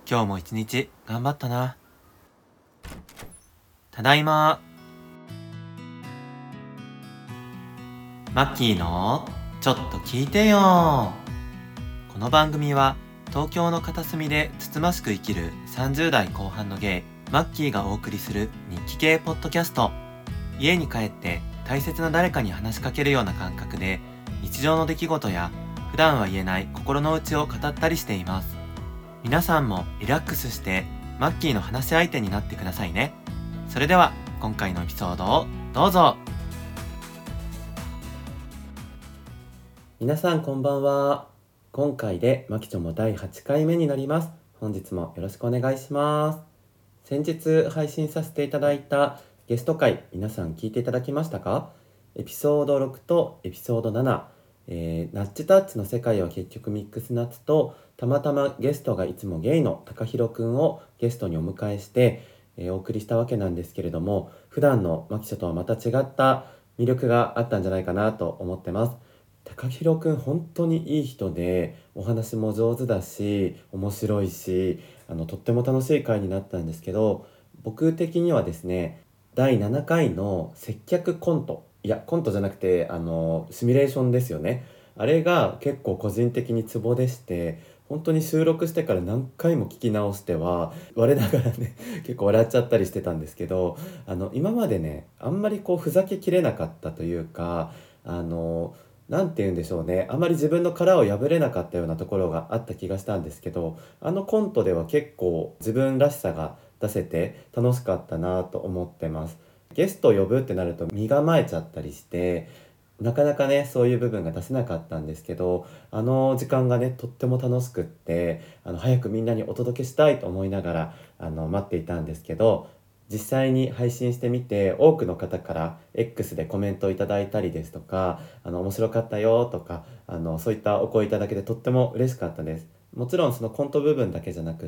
今日も一日頑張ったな。ただいま。マッキーのちょっと聞いてよ。この番組は東京の片隅でつつましく生きる30代後半のゲイマッキーがお送りする日記系ポッドキャスト。家に帰って大切な誰かに話しかけるような感覚で日常の出来事や普段は言えない心の内を語ったりしています。皆さんもリラックスしてマッキーの話し相手になってくださいね。それでは今回のエピソードをどうぞ。皆さんこんばんは。今回でマキチョも第8回目になります。本日もよろしくお願いします。先日配信させていただいたゲスト会、皆さん聞いていただきましたか？エピソード6とエピソード7、ナッチタッチの世界は結局ミックスナッツと、たまたまゲストがいつもゲイの高弘くんをゲストにお迎えして、お送りしたわけなんですけれども、普段のマキチョとはまた違った魅力があったんじゃないかなと思ってます。高弘くん本当にいい人で、お話も上手だし面白いし、とっても楽しい回になったんですけど、僕的にはですね、第7回の接客コント、いやコントじゃなくてシミュレーションですよね。あれが結構個人的にツボでして、本当に収録してから何回も聞き直しては我ながらね結構笑っちゃったりしてたんですけど、今までねあんまりこうふざけきれなかったというか、なんて言うんでしょうね、あまり自分の殻を破れなかったようなところがあった気がしたんですけど、あのコントでは結構自分らしさが出せて楽しかったなと思ってます。ゲストを呼ぶってなると身構えちゃったりして、なかなかねそういう部分が出せなかったんですけど、あの時間がねとっても楽しくって、早くみんなにお届けしたいと思いながら待っていたんですけど、実際に配信してみて多くの方から X でコメントをいただいたりですとか、面白かったよとか、そういったお声いただけてとっても嬉しかったです。もちろんそのコント部分だけじゃなくって、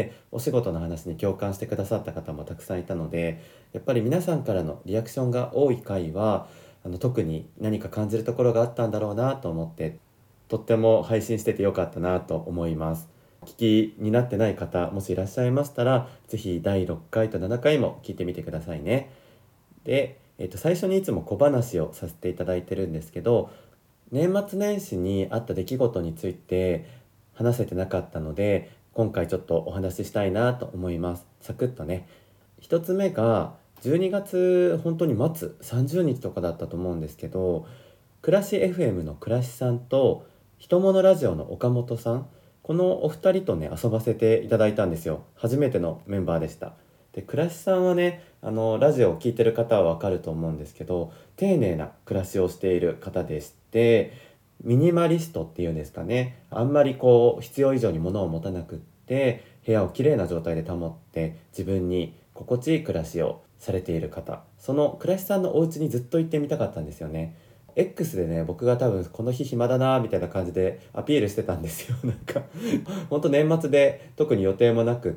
お仕事の話に共感してくださった方もたくさんいたので、やっぱり皆さんからのリアクションが多い回は特に何か感じるところがあったんだろうなと思って、とっても配信しててよかったなと思います。聞きになってない方もしいらっしゃいましたら、ぜひ第6回と7回も聞いてみてくださいね。で、最初にいつも小話をさせていただいてるんですけど、年末年始にあった出来事について話せてなかったので、今回ちょっとお話ししたいなと思います。サクッとね。一つ目が12月本当に末30日とかだったと思うんですけど、暮らし FM の暮らしさんとひとものラジオの岡本さん、このお二人とね遊ばせていただいたんですよ。初めてのメンバーでした。で暮らしさんはね、ラジオを聞いてる方はわかると思うんですけど、丁寧な暮らしをしている方でして、ミニマリストっていうんですかね、あんまりこう必要以上に物を持たなくって、部屋をきれいな状態で保って自分に心地いい暮らしをされている方、その暮らしさんのお家にずっと行ってみたかったんですよね。X でね、僕が多分この日暇だなみたいな感じでアピールしてたんですよ。なんかほんと年末で特に予定もなくって、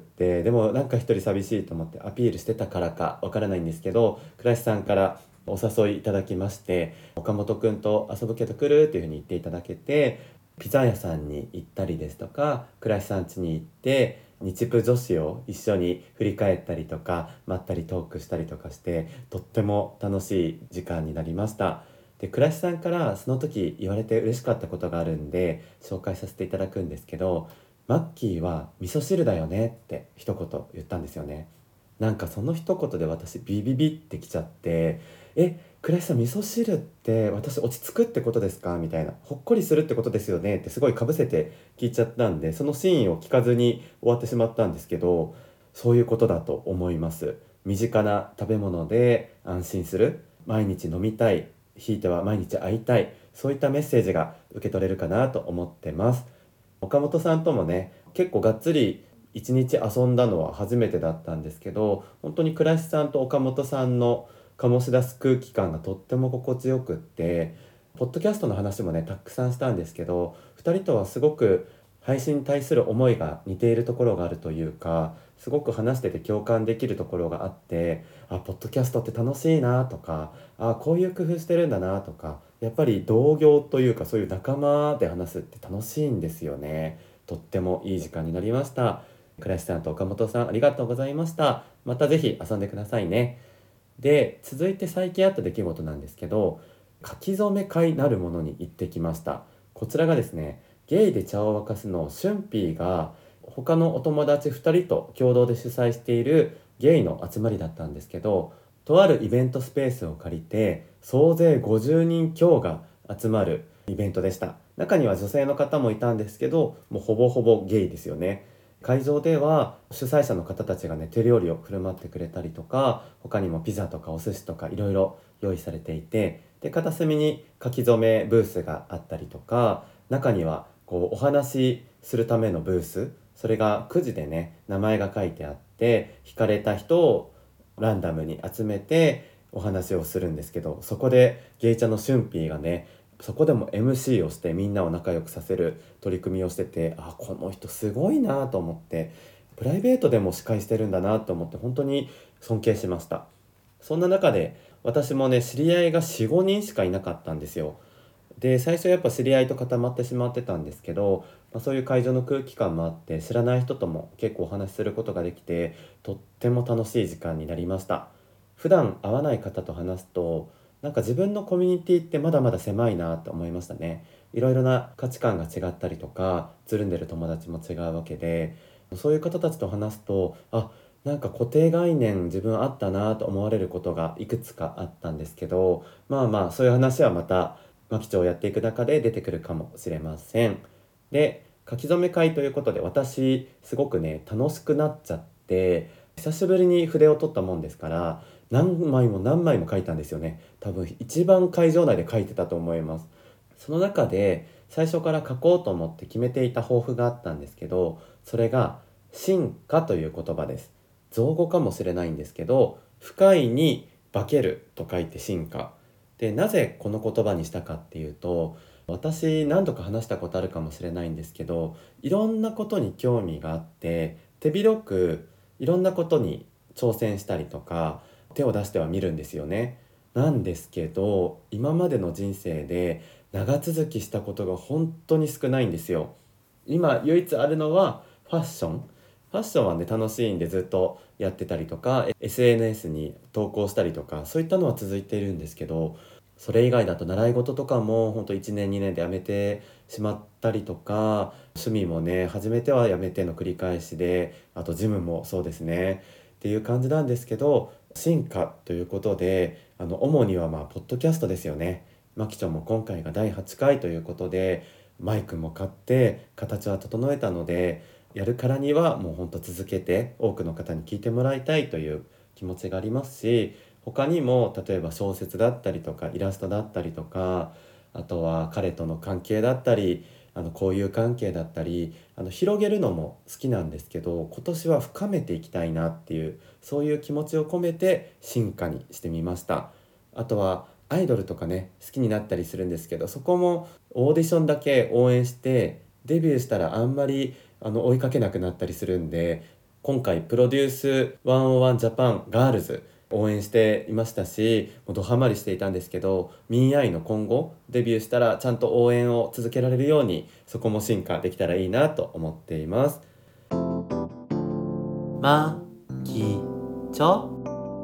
でもなんか一人寂しいと思ってアピールしてたからかわからないんですけど、倉石さんからお誘いいただきまして、岡本くんと遊ぶけど来るっていうふうに言っていただけて、ピザ屋さんに行ったりですとか、倉石さん家に行って日プ女子を一緒に振り返ったりとか、まったりトークしたりとかして、とっても楽しい時間になりました。で倉石さんからその時言われて嬉しかったことがあるんで紹介させていただくんですけど、マッキーは味噌汁だよねって一言言ったんですよね。なんかその一言で私ビビビってきちゃって、倉石さん味噌汁って私落ち着くってことですかみたいな、ほっこりするってことですよねってすごいかぶせて聞いちゃったんで、そのシーンを聞かずに終わってしまったんですけど、そういうことだと思います。身近な食べ物で安心する、毎日飲みたい、ひいては毎日会いたい、そういったメッセージが受け取れるかなと思ってます。岡本さんともね結構がっつり一日遊んだのは初めてだったんですけど、本当に倉石さんと岡本さんの醸し出す空気感がとっても心地よくって、ポッドキャストの話もねたくさんしたんですけど、2人とはすごく配信に対する思いが似ているところがあるというか、すごく話してて共感できるところがあって、ポッドキャストって楽しいなとか、こういう工夫してるんだなとか、やっぱり同業というかそういう仲間で話すって楽しいんですよね。とってもいい時間になりました。 倉石さんと岡本さんありがとうございました。またぜひ遊んでくださいね。で、続いて最近あった出来事なんですけど、書き初め会なるものに行ってきました。こちらがですね、ゲイで茶を沸かすのシュンピーが他のお友達2人と共同で主催しているゲイの集まりだったんですけど、とあるイベントスペースを借りて総勢50人強が集まるイベントでした。中には女性の方もいたんですけど、もうほぼほぼゲイですよね。会場では主催者の方たちがね、手料理を振る舞ってくれたりとか、他にもピザとかお寿司とかいろいろ用意されていて、で片隅に書き初めブースがあったりとか、中にはお話しするためのブース、それがくじでね名前が書いてあって、引かれた人をランダムに集めてお話をするんですけど、そこでゲイチャのシュンピーがね、そこでも MC をしてみんなを仲良くさせる取り組みをしてて、あ、この人すごいなと思って、プライベートでも司会してるんだなと思って本当に尊敬しました。そんな中で私もね、知り合いが4、5人しかいなかったんですよ。で、最初やっぱ知り合いと固まってしまってたんですけど、そういう会場の空気感もあって、知らない人とも結構お話しすることができて、とっても楽しい時間になりました。普段会わない方と話すと、なんか自分のコミュニティってまだまだ狭いなと思いましたね。いろいろな価値観が違ったりとか、つるんでる友達も違うわけで、そういう方たちと話すと、なんか固定概念自分あったなと思われることがいくつかあったんですけど、そういう話はまたマキ長をやっていく中で出てくるかもしれません。で、書き初め会ということで、私すごくね楽しくなっちゃって、久しぶりに筆を取ったもんですから、何枚も何枚も書いたんですよね。多分一番会場内で書いてたと思います。その中で最初から書こうと思って決めていた抱負があったんですけど、それが進化という言葉です。造語かもしれないんですけど、深いに化けると書いて進化で、なぜこの言葉にしたかっていうと、私何度か話したことあるかもしれないんですけど、いろんなことに興味があって、手広くいろんなことに挑戦したりとか手を出してはみるんですよね。なんですけど、今までの人生で長続きしたことが本当に少ないんですよ。今唯一あるのはファッションはね楽しいんでずっとやってたりとか、 SNS に投稿したりとか、そういったのは続いているんですけど、それ以外だと習い事とかも本当1年2年でやめてしまったりとか、趣味もね始めてはやめての繰り返しで、あとジムもそうですねっていう感じなんですけど、進化ということで、主にはポッドキャストですよね。マキちゃんも今回が第8回ということで、マイクも買って形は整えたので、やるからにはもうほんと続けて多くの方に聞いてもらいたいという気持ちがありますし、他にも例えば小説だったりとかイラストだったりとか、あとは彼との関係だったり、交友関係だったり、広げるのも好きなんですけど、今年は深めていきたいなっていう、そういう気持ちを込めて進化にしてみました。あとはアイドルとかね好きになったりするんですけど、そこもオーディションだけ応援してデビューしたらあんまり追いかけなくなったりするんで、今回プロデュース101ジャパンガールズ応援していましたし、もうドハマりしていたんですけど、ミーアイの今後デビューしたらちゃんと応援を続けられるように、そこも進化できたらいいなと思っています。まきちょ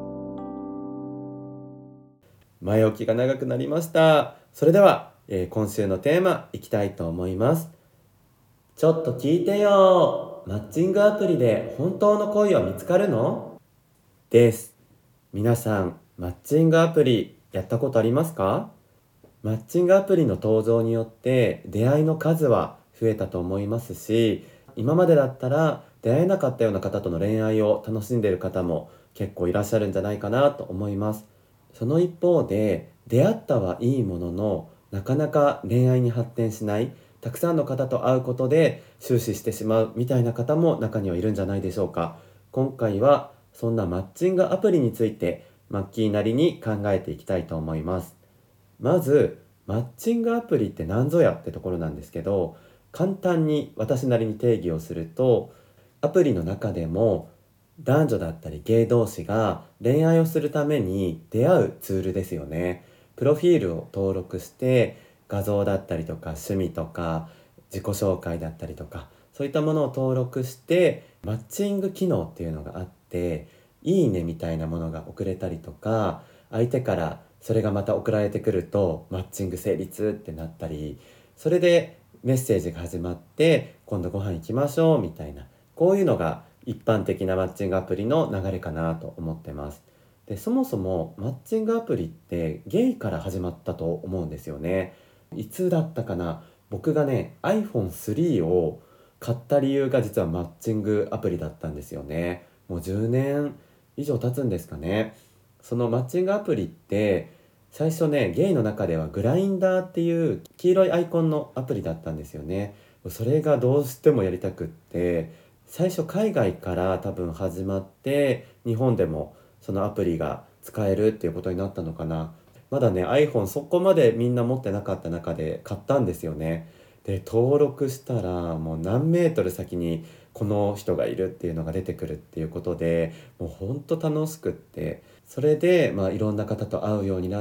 前置きが長くなりました。それでは、今週のテーマいきたいと思います。ちょっと聞いてよ。マッチングアプリで本当の恋は見つかるのです。皆さん、マッチングアプリやったことありますか？マッチングアプリの登場によって出会いの数は増えたと思いますし、今までだったら出会えなかったような方との恋愛を楽しんでいる方も結構いらっしゃるんじゃないかなと思います。その一方で、出会ったはいいもののなかなか恋愛に発展しない、たくさんの方と会うことで終始してしまうみたいな方も中にはいるんじゃないでしょうか。今回はそんなマッチングアプリについてマッキーなりに考えていきたいと思います。まずマッチングアプリって何ぞやってところなんですけど、簡単に私なりに定義をすると、アプリの中でも男女だったりゲイ同士が恋愛をするために出会うツールですよね。プロフィールを登録して画像だったりとか趣味とか自己紹介だったりとか、 そういったものを登録してマッチング機能っていうのがあって、いいねみたいなものが送れたりとか、相手からそれがまた送られてくるとマッチング成立ってなったり、それでメッセージが始まって今度ご飯行きましょうみたいな、こういうのが一般的なマッチングアプリの流れかなと思ってます。で、そもそもマッチングアプリってゲイから始まったと思うんですよね。いつだったかな。僕がね iPhone3 を買った理由が実はマッチングアプリだったんですよね。もう10年以上経つんですかね。そのマッチングアプリって最初ね、ゲイの中ではグラインダーっていう黄色いアイコンのアプリだったんですよね。それがどうしてもやりたくって、最初海外から多分始まって日本でもそのアプリが使えるっていうことになったのかな。まだね iPhone そこまでみんな持ってなかった中で買ったんですよね。で登録したらもう何メートル先にこの人がいるっていうのが出てくるっていうことで、もうほんと楽しくって、それでいろんな方と会うようになって、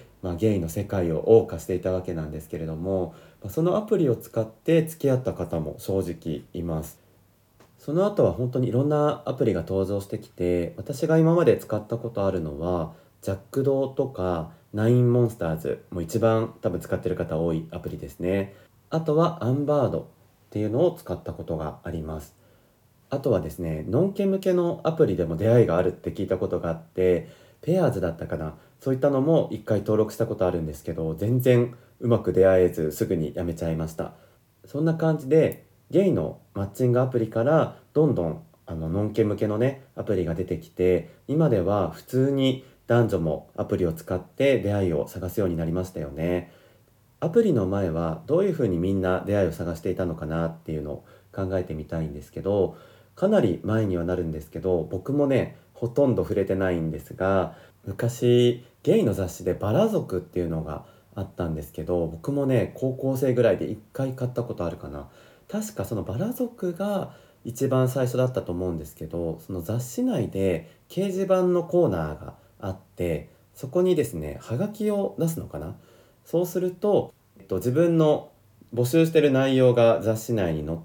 ゲイの世界を謳歌していたわけなんですけれども、そのアプリを使って付き合った方も正直います。その後は本当にいろんなアプリが登場してきて、私が今まで使ったことあるのは、ジャックドーとかナインモンスターズも一番多分使ってる方多いアプリですね。あとはアンバードっていうのを使ったことがあります。あとはですね、ノンケ向けのアプリでも出会いがあるって聞いたことがあって、ペアーズだったかな、そういったのも一回登録したことあるんですけど、全然うまく出会えずすぐにやめちゃいました。そんな感じで、ゲイのマッチングアプリからどんどんノンケ向けのね、アプリが出てきて、今では普通に男女もアプリを使って出会いを探すようになりましたよね。アプリの前はどういうふうにみんな出会いを探していたのかなっていうのを考えてみたいんですけど、かなり前にはなるんですけど、僕もねほとんど触れてないんですが、昔ゲイの雑誌でバラ族っていうのがあったんですけど、僕もね高校生ぐらいで一回買ったことあるかな。確かそのバラ族が一番最初だったと思うんですけど、その雑誌内で掲示板のコーナーがあって、そこにですねハガキを出すのかな。そうすると、自分の募集してる内容が雑誌内に載って、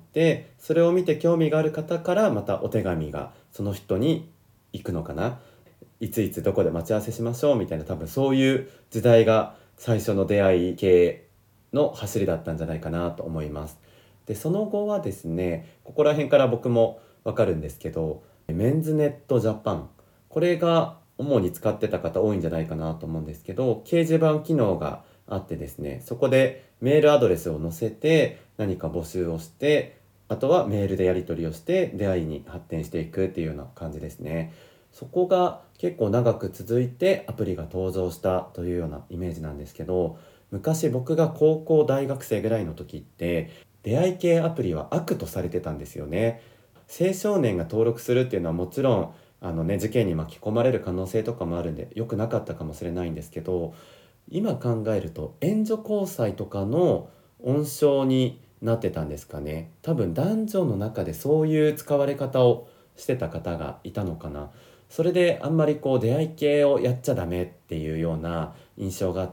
それを見て興味がある方からまたお手紙がその人に行くのかな。いついつどこで待ち合わせしましょうみたいな、多分そういう時代が最初の出会い系の走りだったんじゃないかなと思います。で、その後はですね、ここら辺から僕もわかるんですけど、メンズネットジャパン、これが主に使ってた方多いんじゃないかなと思うんですけど、掲示板機能があってですね、そこでメールアドレスを載せて何か募集をして、あとはメールでやり取りをして出会いに発展していくっていうような感じですね。そこが結構長く続いてアプリが登場したというようなイメージなんですけど、昔僕が高校大学生ぐらいの時って出会い系アプリは悪とされてたんですよね。青少年が登録するっていうのはもちろん事件に巻き込まれる可能性とかもあるんで良くなかったかもしれないんですけど、今考えると援助交際とかの温床になってたんですかね。多分男女の中でそういう使われ方をしてた方がいたのかな。それであんまりこう出会い系をやっちゃダメっていうような印象があって、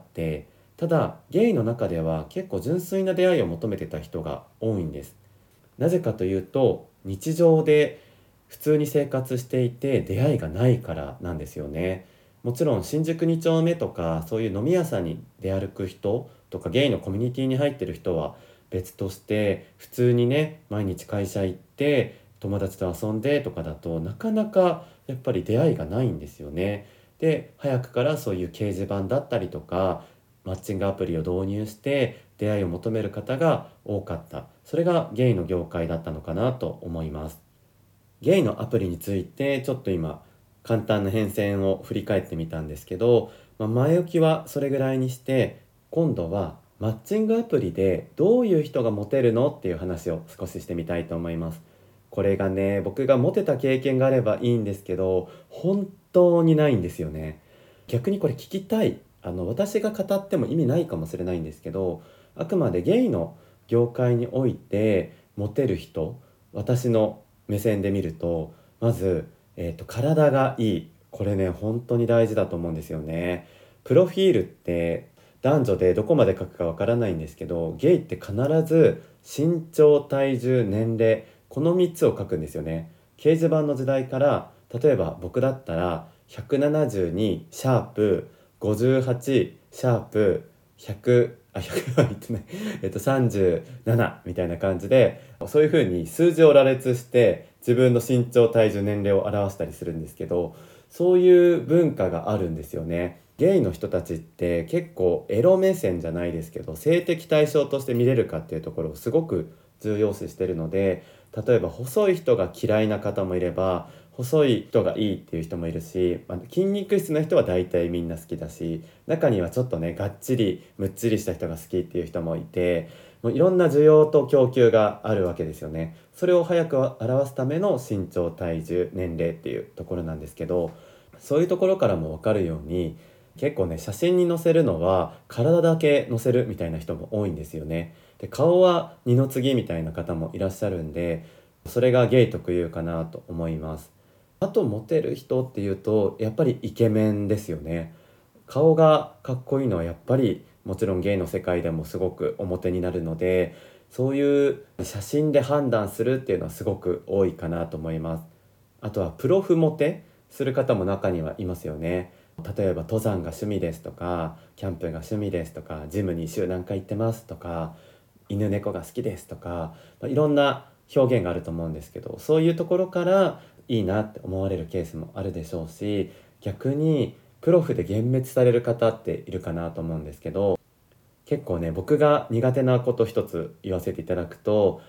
ただゲイの中では結構純粋な出会いを求めてた人が多いんです。なぜかというと、日常で普通に生活していて出会いがないからなんですよね。もちろん新宿2丁目とかそういう飲み屋さんに出歩く人とかゲイのコミュニティに入ってる人は別として、普通にね毎日会社行って友達と遊んでとかだとなかなかやっぱり出会いがないんですよね。で、早くからそういう掲示板だったりとかマッチングアプリを導入して出会いを求める方が多かった。それがゲイの業界だったのかなと思います。ゲイのアプリについてちょっと今簡単な変遷を振り返ってみたんですけど、前置きはそれぐらいにして、今度はマッチングアプリでどういう人がモテるのっていう話を少ししてみたいと思います。これがね、僕がモテた経験があればいいんですけど、本当にないんですよね。逆にこれ聞きたい。私が語っても意味ないかもしれないんですけど、あくまでゲイの業界においてモテる人、私の目線で見ると、まず、体がいい。これね、本当に大事だと思うんですよね。プロフィールって男女でどこまで書くかわからないんですけど、ゲイって必ず身長、体重、年齢、この3つを書くんですよね。掲示板の時代から、例えば僕だったら172シャープ58シャープ100100は言ってない37みたいな感じで、そういう風に数字を羅列して自分の身長、体重、年齢を表したりするんですけど、そういう文化があるんですよね。ゲイの人たちって結構エロ目線じゃないですけど、性的対象として見れるかっていうところをすごく重要視してるので、例えば細い人が嫌いな方もいれば、細い人がいいっていう人もいるし、筋肉質の人は大体みんな好きだし、中にはちょっとねがっちりむっちりした人が好きっていう人もいて、もういろんな需要と供給があるわけですよね。それを早く表すための身長、体重、年齢っていうところなんですけど、そういうところからも分かるように、結構ね写真に載せるのは体だけ載せるみたいな人も多いんですよね。で、顔は二の次みたいな方もいらっしゃるんで、それがゲイ特有かなと思います。あとモテる人っていうとやっぱりイケメンですよね。顔がかっこいいのはやっぱりもちろんゲイの世界でもすごく表になるので、そういう写真で判断するっていうのはすごく多いかなと思います。あとはプロフモテする方も中にはいますよね。例えば登山が趣味ですとか、キャンプが趣味ですとか、ジムに週何回行ってますとか、犬猫が好きですとか、いろんな表現があると思うんですけど、そういうところからいいなって思われるケースもあるでしょうし、逆にプロフで幻滅される方っているかなと思うんですけど、結構ね僕が苦手なこと一つ言わせていただくと、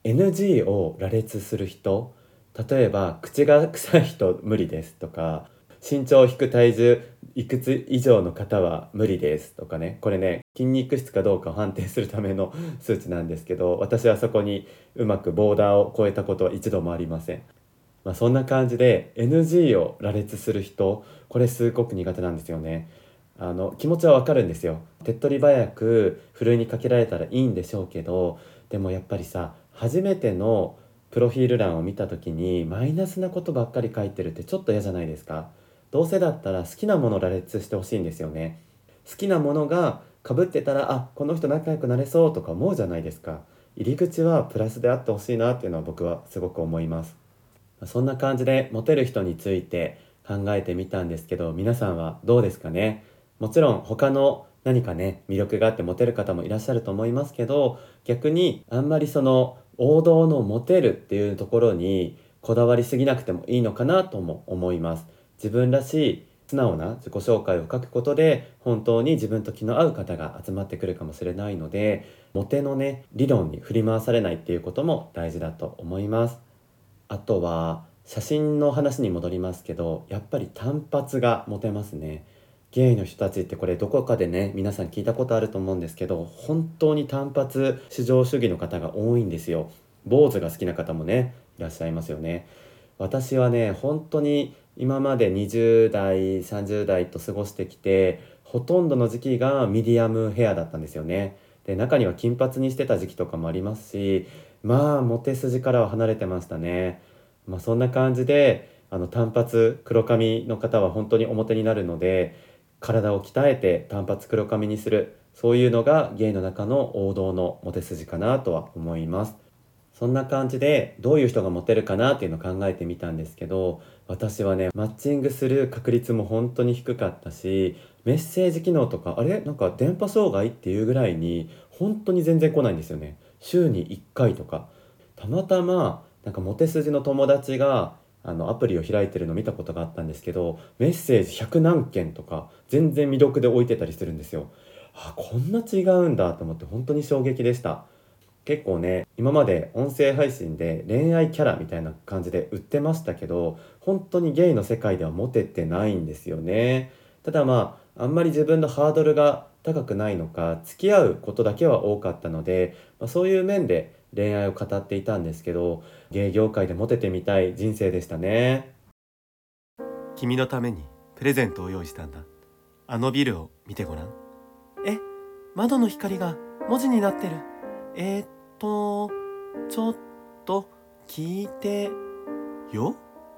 NG を羅列する人、例えば口が臭い人無理ですとか、身長引く体重いくつ以上の方は無理ですとかね、これね筋肉質かどうかを判定するための数値なんですけど、私はそこにうまくボーダーを超えたことは一度もありません。そんな感じで NG を羅列する人、これすごく苦手なんですよね。気持ちはわかるんですよ。手っ取り早くふるいにかけられたらいいんでしょうけど、でもやっぱりさ、初めてのプロフィール欄を見た時にマイナスなことばっかり書いてるってちょっと嫌じゃないですか。どうせだったら好きなものを羅列してほしいんですよね。好きなものが被ってたら、あ、この人仲良くなれそうとか思うじゃないですか。入り口はプラスであってほしいなっていうのは僕はすごく思います。そんな感じでモテる人について考えてみたんですけど、皆さんはどうですかね。もちろん他の何かね魅力があってモテる方もいらっしゃると思いますけど、逆にあんまりその王道のモテるっていうところにこだわりすぎなくてもいいのかなとも思います。自分らしい素直な自己紹介を書くことで本当に自分と気の合う方が集まってくるかもしれないので、モテのね理論に振り回されないっていうことも大事だと思います。あとは写真の話に戻りますけど、やっぱり単発がモテますね。ゲイの人たちってこれどこかでね皆さん聞いたことあると思うんですけど、本当に単発至上主義の方が多いんですよ。坊主が好きな方もねいらっしゃいますよね。私はね本当に今まで20代30代と過ごしてきて、ほとんどの時期がミディアムヘアだったんですよね。で、中には金髪にしてた時期とかもありますし、モテ筋からは離れてましたね。そんな感じで単発黒髪の方は本当に表になるので、体を鍛えて単発黒髪にする、そういうのがゲイの中の王道のモテ筋かなとは思います。そんな感じでどういう人がモテるかなっていうのを考えてみたんですけど、私はねマッチングする確率も本当に低かったし、メッセージ機能とかなんか電波障害っていうぐらいに本当に全然来ないんですよね。週に1回とか。たまたまなんかモテ筋の友達がアプリを開いてるのを見たことがあったんですけど、メッセージ100何件とか全然未読で置いてたりするんですよ。あ、こんな違うんだと思って本当に衝撃でした。結構ね今まで音声配信で恋愛キャラみたいな感じで売ってましたけど、本当にゲイの世界ではモテてないんですよね。ただあんまり自分のハードルが高くないのか付き合うことだけは多かったので、そういう面で恋愛を語っていたんですけど、ゲイ業界でモテてみたい人生でしたね。 君のためにプレゼントを用意したんだ。あのビルを見てごらん。え、窓の光が文字になってる。えーっと、ちょっと聞いてよ。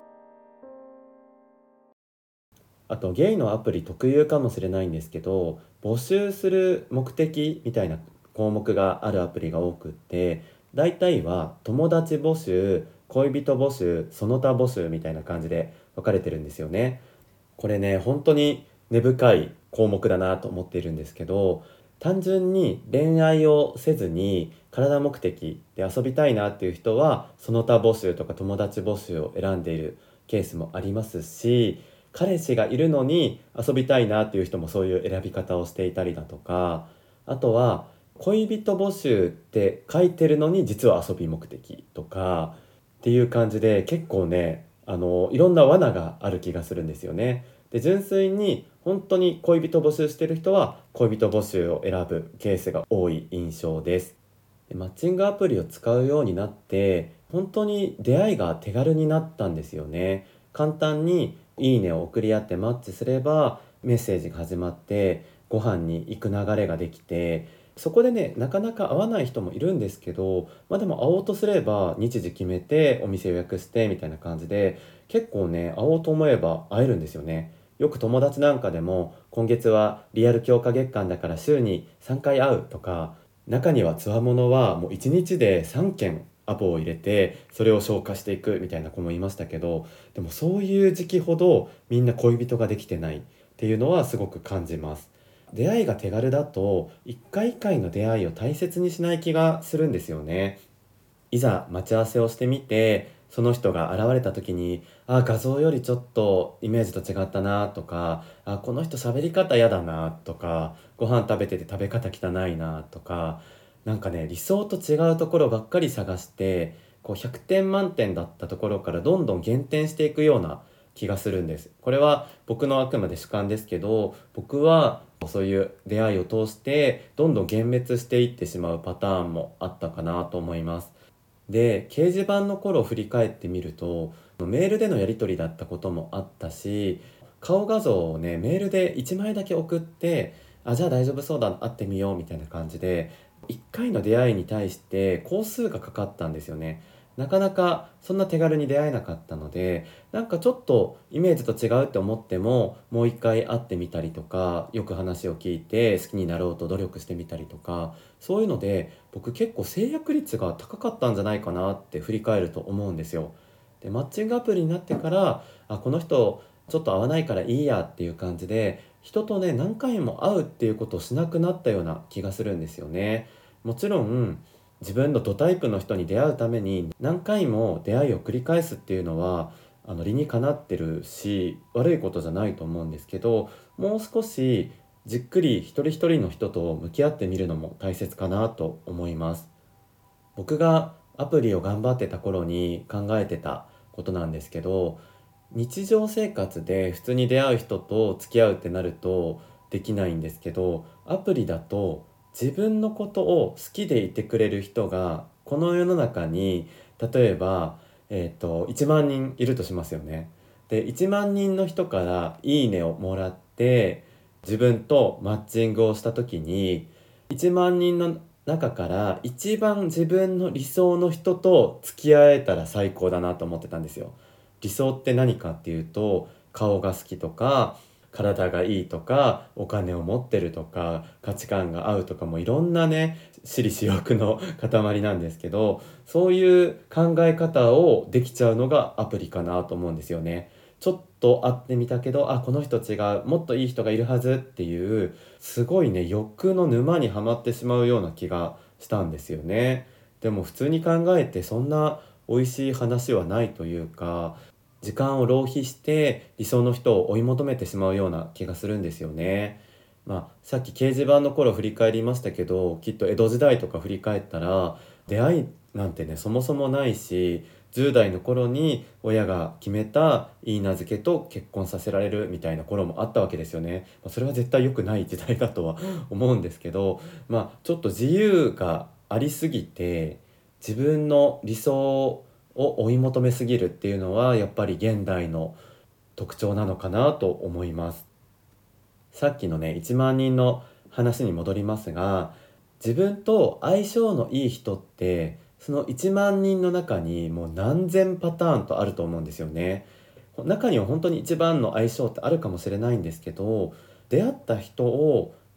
あとゲイのアプリ特有かもしれないんですけど、募集する目的みたいな項目があるアプリが多くって、大体は友達募集、恋人募集、その他募集みたいな感じで分かれてるんですよね。これね、本当に根深い項目だなと思っているんですけど、単純に恋愛をせずに体目的で遊びたいなっていう人は、その他募集とか友達募集を選んでいるケースもありますし、彼氏がいるのに遊びたいなっていう人もそういう選び方をしていたりだとか、あとは恋人募集って書いてるのに実は遊び目的とかっていう感じで、結構ね、いろんな罠がある気がするんですよね。で、純粋に本当に恋人募集してる人は恋人募集を選ぶケースが多い印象です。で、マッチングアプリを使うようになって本当に出会いが手軽になったんですよね。簡単にいいねを送り合ってマッチすればメッセージが始まって、ご飯に行く流れができて、そこでね、なかなか会わない人もいるんですけど、でも会おうとすれば日時決めてお店予約してみたいな感じで、結構ね、会おうと思えば会えるんですよね。よく友達なんかでも、今月はリアル強化月間だから週に3回会うとか、中にはつわものはもう1日で3件アポを入れてそれを消化していくみたいな子もいましたけど、でもそういう時期ほどみんな恋人ができてないっていうのはすごく感じます。出会いが手軽だと一回一回の出会いを大切にしない気がするんですよね。いざ待ち合わせをしてみて、その人が現れた時に、画像よりちょっとイメージと違ったなとか、この人喋り方嫌だなとか、ご飯食べてて食べ方汚いなとか、なんかね、理想と違うところばっかり探して、こう100点満点だったところからどんどん減点していくような気がするんです。これは僕のあくまで主観ですけど、僕はそういう出会いを通してどんどん幻滅していってしまうパターンもあったかなと思います。で、掲示板の頃を振り返ってみると、メールでのやり取りだったこともあったし、顔画像をね、メールで1枚だけ送って、じゃあ大丈夫そうだ、会ってみようみたいな感じで、1回の出会いに対して工数がかかったんですよね。なかなかそんな手軽に出会えなかったので、なんかちょっとイメージと違うって思っても、もう一回会ってみたりとか、よく話を聞いて好きになろうと努力してみたりとか、そういうので僕結構制約率が高かったんじゃないかなって振り返ると思うんですよ。で、マッチングアプリになってから、この人ちょっと会わないからいいやっていう感じで、人とね、何回も会うっていうことをしなくなったような気がするんですよね。もちろん自分のドタイプの人に出会うために何回も出会いを繰り返すっていうのは理にかなってるし、悪いことじゃないと思うんですけど、もう少しじっくり一人一人の人と向き合ってみるのも大切かなと思います。僕がアプリを頑張ってた頃に考えてたことなんですけど、日常生活で普通に出会う人と付き合うってなるとできないんですけど、アプリだと自分のことを好きでいてくれる人がこの世の中に、例えば、1万人いるとしますよね。で、1万人の人からいいねをもらって自分とマッチングをした時に、1万人の中から一番自分の理想の人と付き合えたら最高だなと思ってたんですよ。理想って何かっていうと、顔が好きとか体がいいとかお金を持ってるとか価値観が合うとか、もいろんなね、私利私欲の塊なんですけど、そういう考え方をできちゃうのがアプリかなと思うんですよね。ちょっと会ってみたけど、この人違う、もっといい人がいるはずっていう、すごいね、欲の沼にはまってしまうような気がしたんですよね。でも普通に考えてそんな美味しい話はないというか、時間を浪費して理想の人を追い求めてしまうような気がするんですよね。さっき掲示板の頃振り返りましたけど、きっと江戸時代とか振り返ったら出会いなんてね、そもそもないし、10代の頃に親が決めたいい名付けと結婚させられるみたいな頃もあったわけですよね。それは絶対良くない時代だとは思うんですけど、ちょっと自由がありすぎて自分の理想を追い求めすぎるっていうのはやっぱり現代の特徴なのかなと思います。さっきのね、1万人の話に戻りますが、自分と相性のいい人ってその1万人の中にもう何千パターンとあると思うんですよね。中には本当に一番の相性ってあるかもしれないんですけど、出会った人を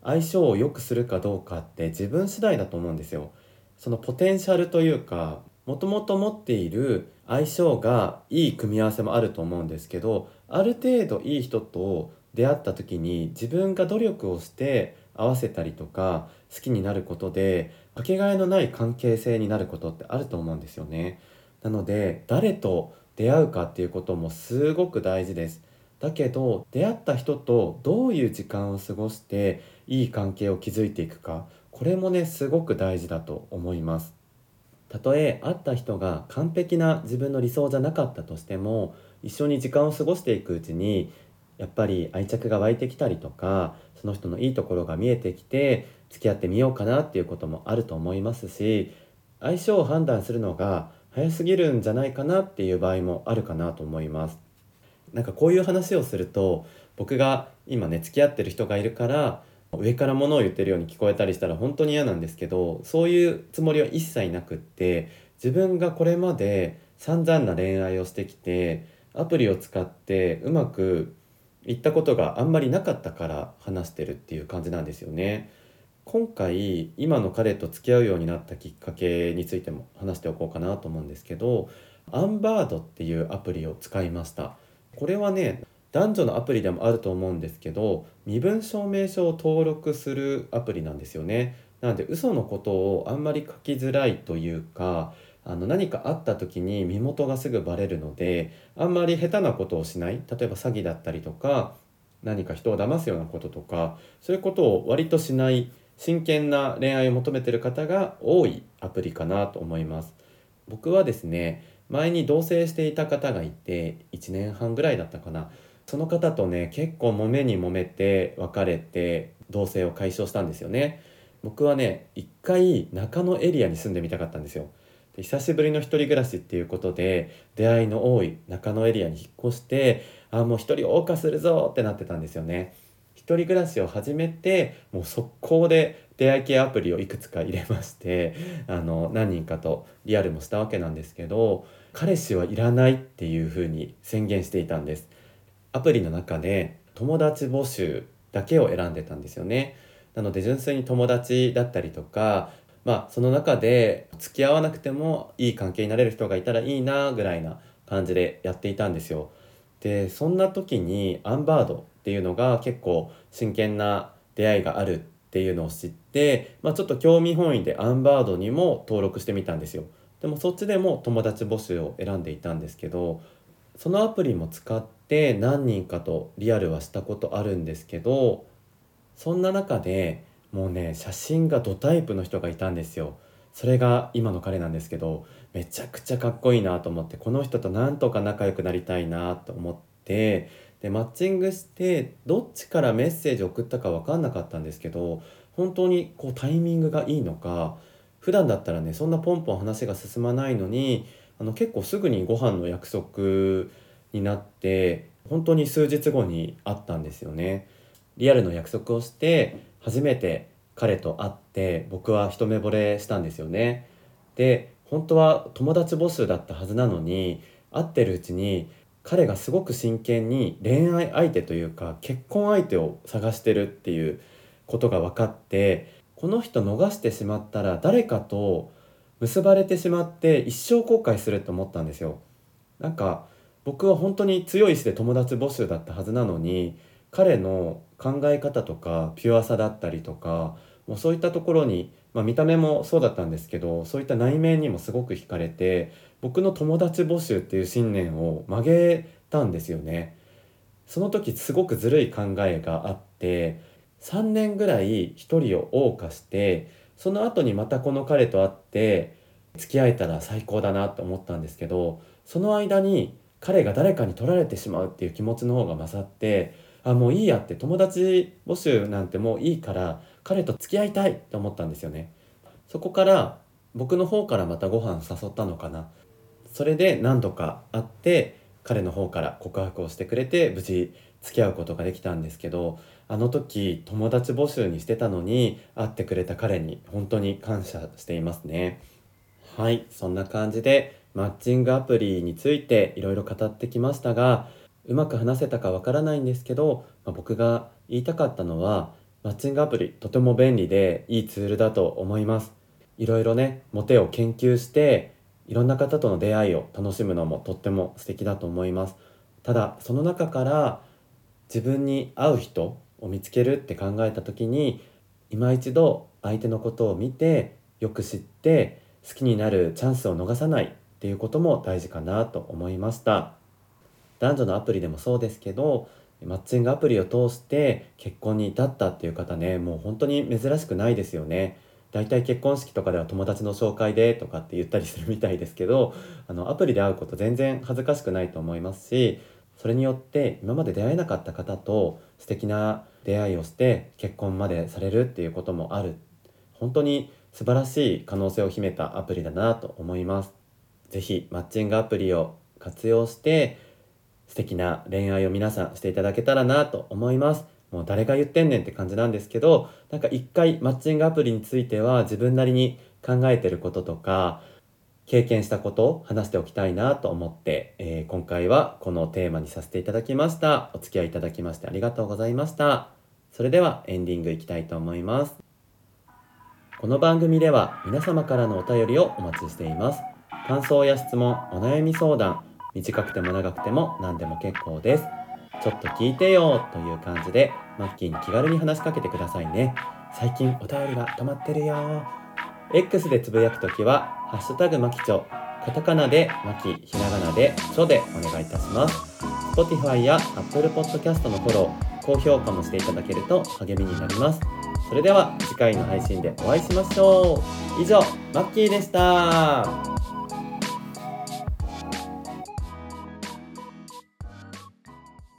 相性を良くするかどうかって自分次第だと思うんですよ。そのポテンシャルというか、もともと持っている相性がいい組み合わせもあると思うんですけど、ある程度いい人と出会った時に自分が努力をして合わせたりとか好きになることで、かけがえのない関係性になることってあると思うんですよね。なので誰と出会うかっていうこともすごく大事です。だけど出会った人とどういう時間を過ごしていい関係を築いていくか、これもねすごく大事だと思います。たとえ会った人が完璧な自分の理想じゃなかったとしても、一緒に時間を過ごしていくうちにやっぱり愛着が湧いてきたりとか、その人のいいところが見えてきて付き合ってみようかなっていうこともあると思いますし、相性を判断するのが早すぎるんじゃないかなっていう場合もあるかなと思います。なんかこういう話をすると、僕が今ね付き合ってる人がいるから上から物を言ってるように聞こえたりしたら本当に嫌なんですけど、そういうつもりは一切なくって、自分がこれまで散々な恋愛をしてきてアプリを使ってうまくいったことがあんまりなかったから話してるっていう感じなんですよね。今回今の彼と付き合うようになったきっかけについても話しておこうかなと思うんですけど、アンバードっていうアプリを使いました。これはね、男女のアプリでもあると思うんですけど、身分証明書を登録するアプリなんですよね。なので嘘のことをあんまり書きづらいというか、何かあった時に身元がすぐバレるので、あんまり下手なことをしない、例えば詐欺だったりとか何か人を騙すようなこととか、そういうことを割としない真剣な恋愛を求めている方が多いアプリかなと思います。僕はですね、前に同棲していた方がいて、1年半ぐらいだったかな。その方とね、結構揉めに揉めて別れて同棲を解消したんですよね。僕はね、一回中野エリアに住んでみたかったんですよ。で、久しぶりの一人暮らしっていうことで、出会いの多い中野エリアに引っ越して、もう一人謳歌するぞってなってたんですよね。一人暮らしを始めて、もう速攻で出会い系アプリをいくつか入れまして、何人かとリアルもしたわけなんですけど、彼氏はいらないっていうふうに宣言していたんです。アプリの中で友達募集だけを選んでたんですよね。なので純粋に友達だったりとか、その中で付き合わなくてもいい関係になれる人がいたらいいなぐらいな感じでやっていたんですよ。で、そんな時にアンバードっていうのが結構真剣な出会いがあるっていうのを知って、ちょっと興味本位でアンバードにも登録してみたんですよ。でもそっちでも友達募集を選んでいたんですけど、そのアプリも使って何人かとリアルはしたことあるんですけど、そんな中でもうね、写真がドタイプの人がいたんですよ。それが今の彼なんですけど、めちゃくちゃかっこいいなと思って、この人となんとか仲良くなりたいなと思って、でマッチングしてどっちからメッセージを送ったか分かんなかったんですけど、本当にこうタイミングがいいのか、普段だったらねそんなポンポン話が進まないのに、結構すぐにご飯の約束になって、本当に数日後に会ったんですよね。リアルの約束をして初めて彼と会って、僕は一目惚れしたんですよね。で本当は友達募集だったはずなのに、会ってるうちに彼がすごく真剣に恋愛相手というか結婚相手を探してるっていうことが分かって、この人逃してしまったら誰かと結ばれてしまって一生後悔すると思ったんですよ。なんか僕は本当に強い意志で友達募集だったはずなのに、彼の考え方とかピュアさだったりとか、もうそういったところに、見た目もそうだったんですけど、そういった内面にもすごく惹かれて、僕の友達募集っていう信念を曲げたんですよね。その時すごくずるい考えがあって、3年ぐらい一人を謳歌して、その後にまたこの彼と会って付き合えたら最高だなと思ったんですけど、その間に彼が誰かに取られてしまうっていう気持ちの方が勝って、もういいやって、友達募集なんてもういいから彼と付き合いたいと思ったんですよね。そこから僕の方からまたご飯誘ったのかな。それで何度か会って、彼の方から告白をしてくれて無事付き合うことができたんですけど、あの時友達募集にしてたのに会ってくれた彼に本当に感謝していますね。はい、そんな感じでマッチングアプリについていろいろ語ってきましたが、うまく話せたかわからないんですけど、僕が言いたかったのは、 マッチングアプリとても便利でいいツールだと思います。いろいろね、モテを研究していろんな方との出会いを楽しむのもとっても素敵だと思います。ただその中から自分に合う人を見つけるって考えた時に、今一度相手のことを見てよく知って好きになるチャンスを逃さないっていうことも大事かなと思いました。男女のアプリでもそうですけど、マッチングアプリを通して結婚に至ったっていう方ね、もう本当に珍しくないですよね。だいたい結婚式とかでは友達の紹介でとかって言ったりするみたいですけど、アプリで会うこと全然恥ずかしくないと思いますし、それによって今まで出会えなかった方と素敵な出会いをして結婚までされるっていうこともある。本当に素晴らしい可能性を秘めたアプリだなと思います。ぜひマッチングアプリを活用して素敵な恋愛を皆さんしていただけたらなと思います。もう誰が言ってんねんって感じなんですけど、なんか一回マッチングアプリについては自分なりに考えてることとか経験したことを話しておきたいなと思って、今回はこのテーマにさせていただきました。お付き合いいただきましてありがとうございました。それではエンディングいきたいと思います。この番組では皆様からのお便りをお待ちしています。感想や質問、お悩み相談、短くても長くても何でも結構です。ちょっと聞いてよという感じでマッキーに気軽に話しかけてくださいね。最近お便りが溜まってるよ。X でつぶやくときはハッシュタグマキチョ、カタカナでマキ、ひらがなでチョでお願いいたします。Spotify や Apple Podcast のフォロー、高評価もしていただけると励みになります。それでは次回の配信でお会いしましょう。以上、マッキーでした。